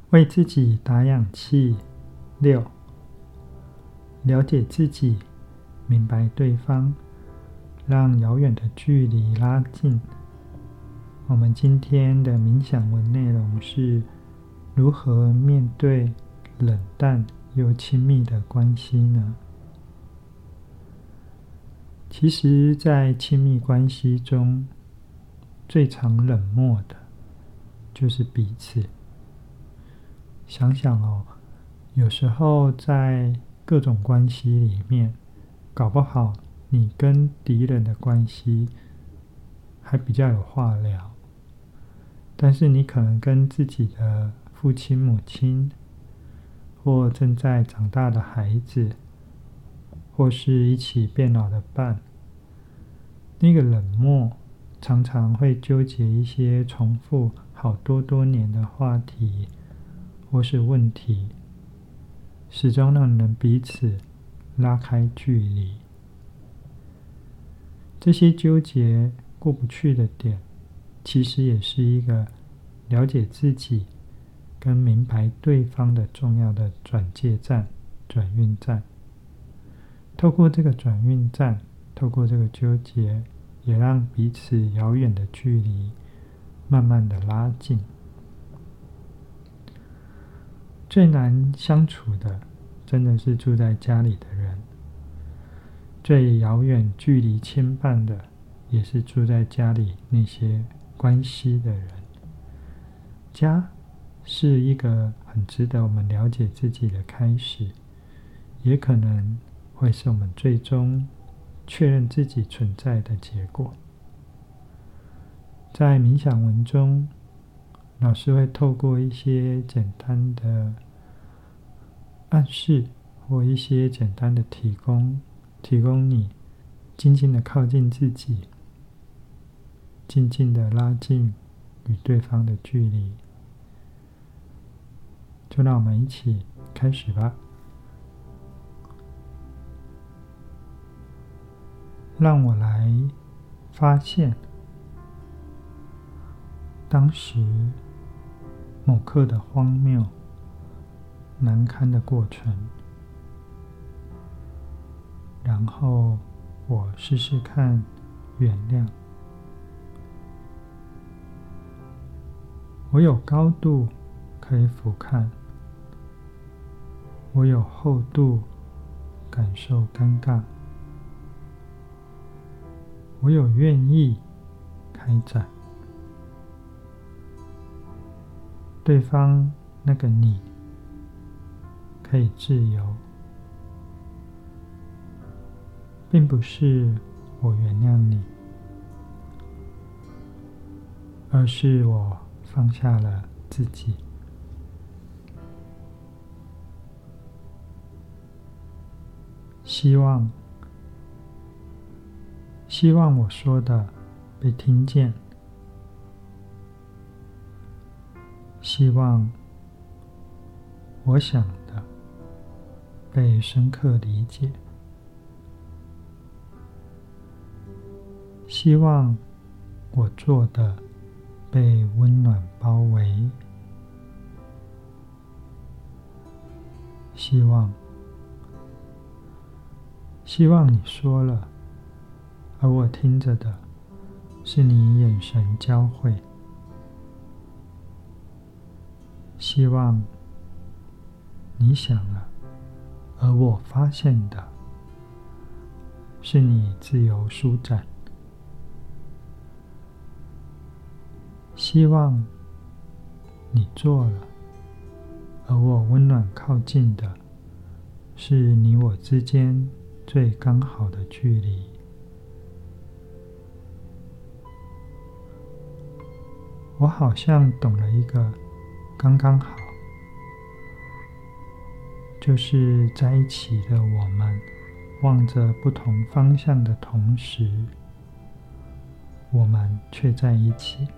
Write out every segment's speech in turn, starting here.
为自己打氧气。6. 了解自己，明白对方，让遥远的距离拉近。我们今天的冥想文内容是如何面对冷淡又亲密的关系呢？其实，在亲密关系中，最常冷漠的就是彼此。想想有时候在各种关系里面，搞不好你跟敌人的关系还比较有话聊，但是你可能跟自己的父亲母亲，或正在长大的孩子，或是一起变老的伴，那个冷漠常常会纠结一些重复好多年的话题或是问题，始终让人彼此拉开距离。这些纠结过不去的点，其实也是一个了解自己跟明白对方的重要的转介站、转运站。透过这个转运站，透过这个纠结，也让彼此遥远的距离慢慢的拉近。最难相处的，真的是住在家里的人。最遥远距离牵绊的，也是住在家里那些关系的人。家是一个很值得我们了解自己的开始，也可能会是我们最终确认自己存在的结果。在冥想文中，老师会透过一些简单的暗示或一些简单的提供你静静的靠近自己，静静的拉近与对方的距离。就让我们一起开始吧。让我来发现当时某刻的荒谬、难堪的过程，然后我试试看原谅。我有高度可以俯瞰，我有厚度感受尴尬，我有愿意开展。对方那个你可以自由，并不是我原谅你，而是我放下了自己。希望我说的被听见，希望我想的被深刻理解，希望我做的被温暖包围，希望你说了，而我听着的是你眼神交汇。希望你想了，而我发现的是你自由舒展。希望你做了，而我温暖靠近的是你我之间最刚好的距离。我好像懂了一个刚刚好，就是在一起的我们望着不同方向的同时，我们却在一起。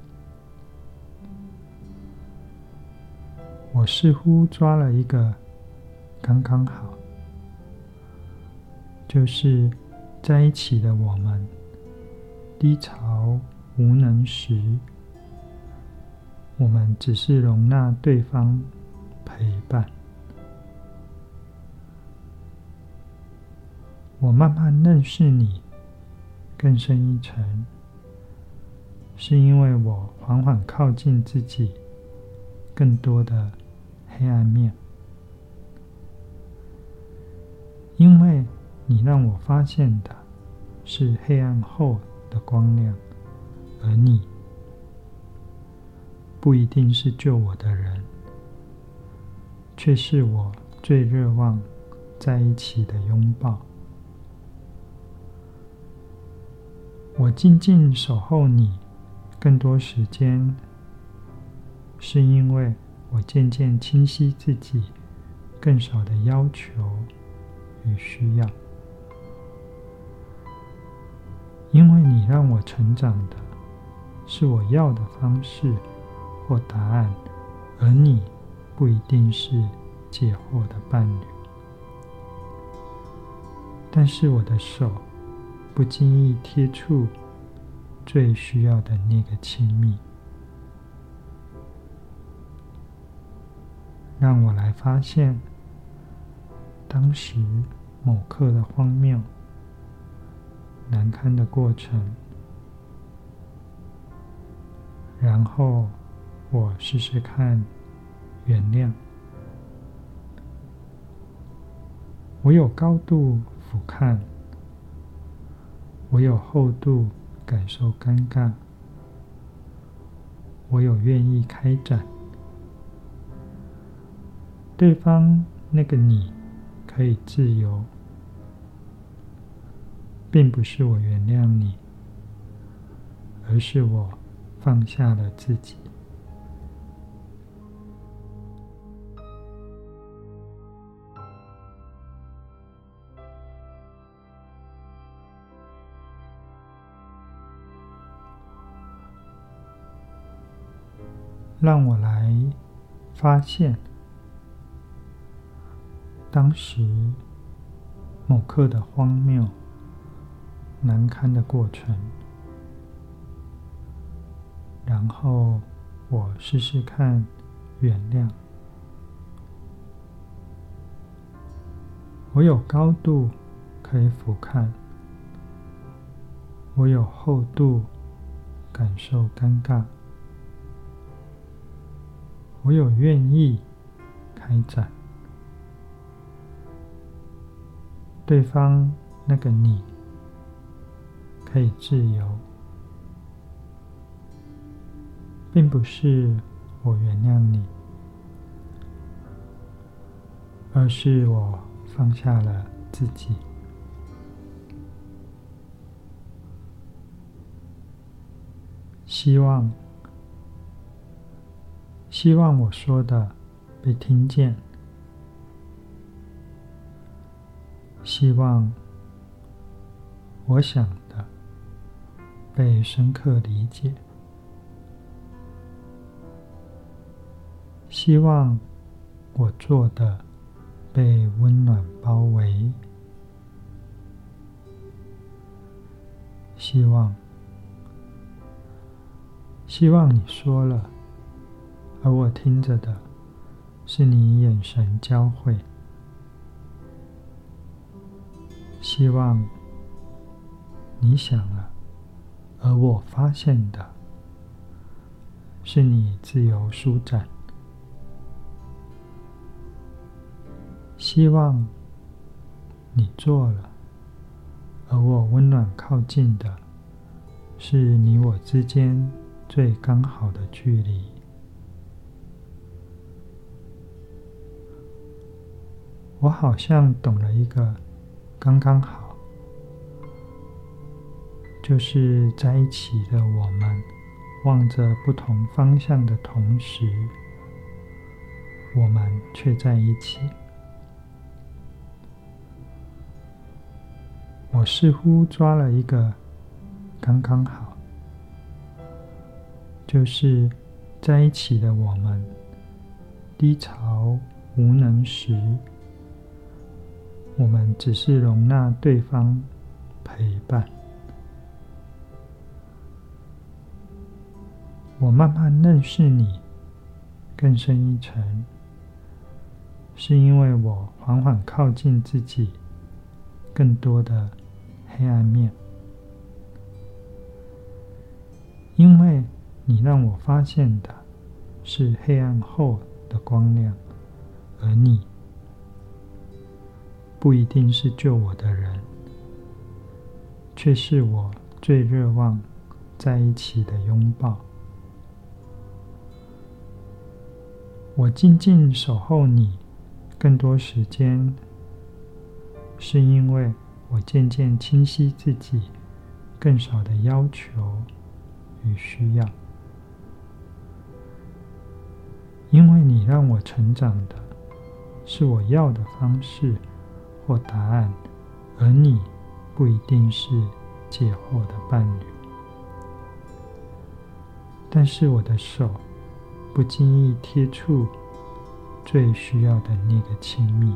我似乎抓了一个刚刚好，就是在一起的我们低潮无能时， 我们只是容纳对方陪伴。我慢慢认识你更深一层，是因为我缓缓靠近自己更多的黑暗面。因为你让我发现的是黑暗后的光亮，而你不一定是救我的人，却是我最热望在一起的拥抱。我静静守候你更多时间，是因为我渐渐清晰自己更少的要求与需要。因为你让我成长的是我要的方式或答案，而你不一定是解惑的伴侣。但是我的手不经意贴触最需要的那个亲密，让我来发现当时某刻的荒谬、难堪的过程，然后我试试看原谅。我有高度俯瞰，我有厚度感受尴尬，我有愿意开展。对方那个你可以自由，并不是我原谅你，而是我放下了自己。让我来发现当时某刻的荒谬、难堪的过程，然后我试试看原谅。我有高度可以俯瞰，我有厚度感受尴尬，我有愿意开展。对方那个你可以自由，并不是我原谅你，而是我放下了自己。希望我说的被听见，希望我想的被深刻理解，希望我做的被温暖包围，希望你说了，而我听着的是你眼神交汇。希望你想了，而我发现的是你自由舒展。希望你做了，而我温暖靠近的是你我之间最刚好的距离。我好像懂了一个刚刚好，就是在一起的我们望着不同方向的同时，我们却在一起。我似乎抓了一个刚刚好，就是在一起的我们低潮无能时，我们只是容纳对方陪伴。我慢慢认识你更深一层，是因为我缓缓靠近自己更多的黑暗面。因为你让我发现的是黑暗后的光亮，而你不一定是救我的人，却是我最热望在一起的拥抱。我静静守候你更多时间，是因为我渐渐清晰自己更少的要求与需要。因为你让我成长的是我要的方式或答案，而你不一定是解惑的伴侣。但是我的手不经意贴触最需要的那个亲密，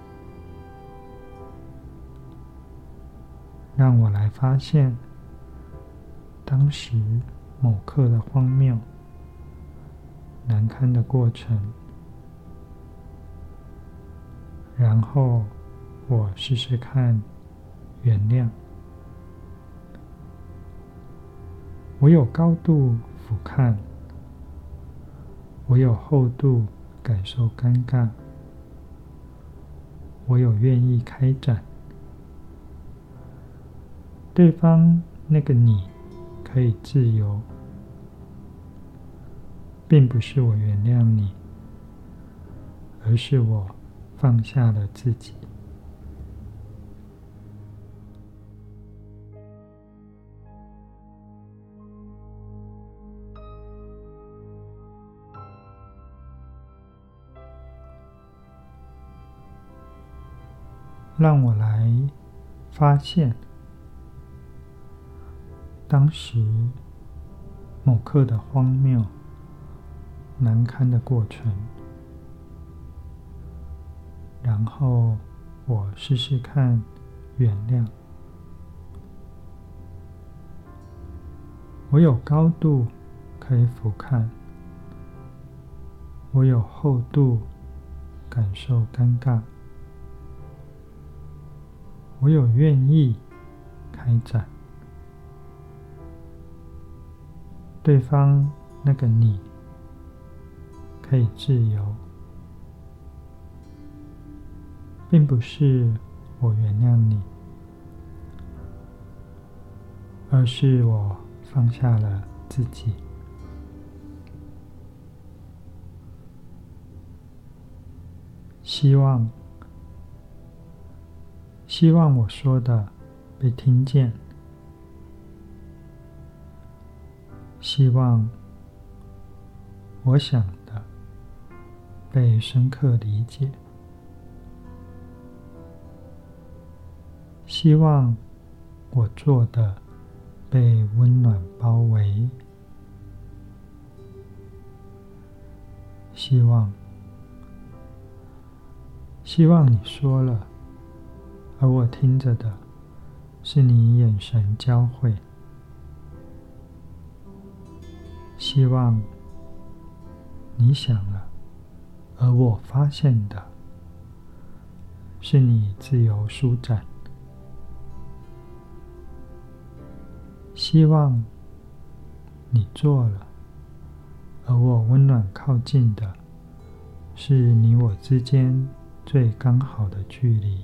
让我来发现当时某刻的荒谬、难堪的过程，然后我试试看原谅。我有高度俯瞰，我有厚度感受尴尬，我有愿意开展。对方那个你可以自由，并不是我原谅你，而是我放下了自己。让我来发现当时某刻的荒谬、难堪的过程，然后我试试看原谅。我有高度可以俯瞰，我有厚度感受尴尬，我有愿意开展。对方那个你可以自由，并不是我原谅你，而是我放下了自己。希望我说的被听见，希望我想的被深刻理解，希望我做的被温暖包围，希望你说了，而我听着的是你眼神交汇。希望你想了，而我发现的是你自由舒展。希望你做了，而我温暖靠近的是你我之间最刚好的距离。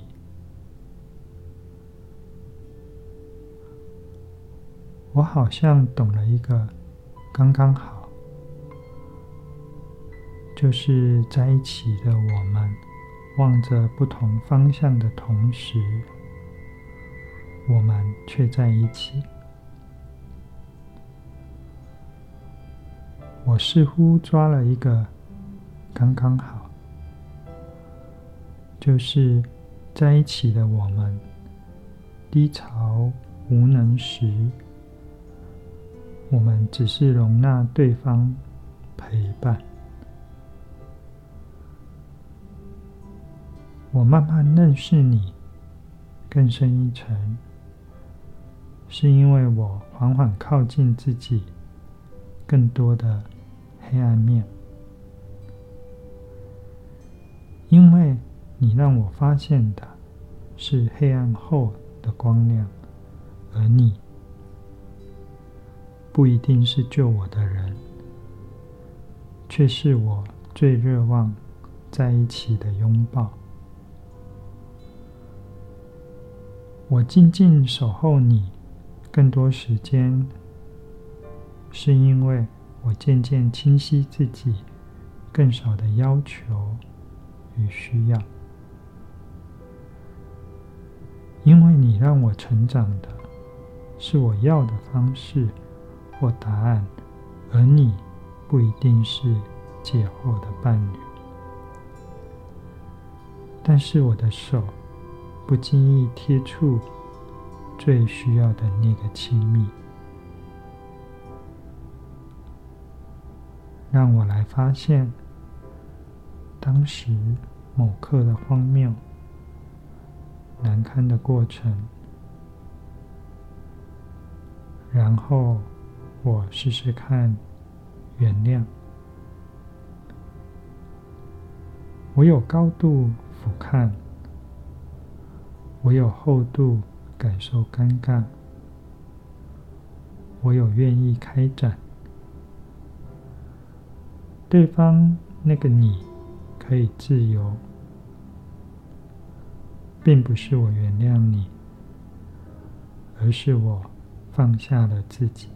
我好像懂了一个刚刚好，就是在一起的我们望着不同方向的同时，我们却在一起。我似乎抓了一个刚刚好，就是在一起的我们低潮无能时，我们只是容纳对方陪伴。我慢慢认识你更深一层，是因为我缓缓靠近自己更多的黑暗面。 你让我发现的是黑暗后的光亮，而你不一定是救我的人，却是我最热望在一起的拥抱。我静静守候你更多时间，是因为我渐渐清晰自己更少的要求与需要。因为你让我成长的是我要的方式或答案，而你不一定是解惑的伴侣。但是我的手不经意贴触最需要的那个亲密，让我来发现当时某刻的荒谬、难堪的过程，然后我试试看原谅。我有高度俯瞰，我有厚度感受尴尬，我有愿意开展。对方那个你可以自由，并不是我原谅你，而是我放下了自己。